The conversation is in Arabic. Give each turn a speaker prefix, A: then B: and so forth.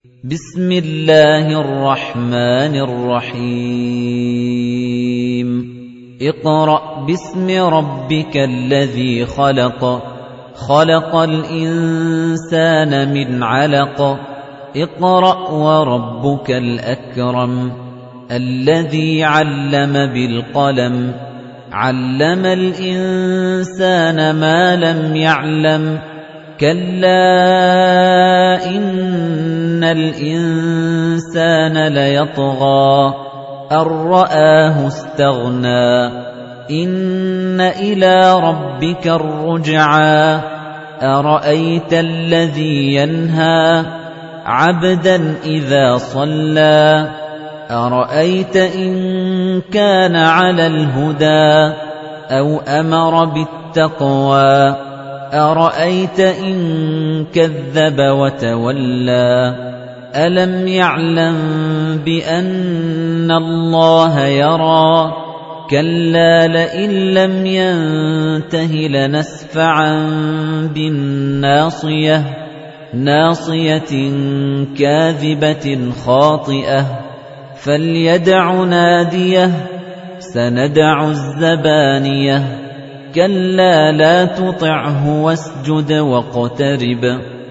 A: بسم الله الرحمن الرحيم اقرأ باسم ربك الذي خلق خلق الإنسان من علق اقرأ وربك الأكرم الذي علم بالقلم علم الإنسان ما لم يعلم كلا إن الإنسان ليطغى أن رآه استغنى إن إلى ربك الرجعى أرأيت الذي ينهى عبدا إذا صلى أرأيت إن كان على الهدى أو أمر بالتقوى أرأيت إن كذب وتولى ألم يعلم بأن الله يرى كلا لئن لم ينته لنسفعا بالناصية ناصية كاذبة خاطئة فليدع ناديه سندع الزبانية كلا لا تطعه واسجد واقترب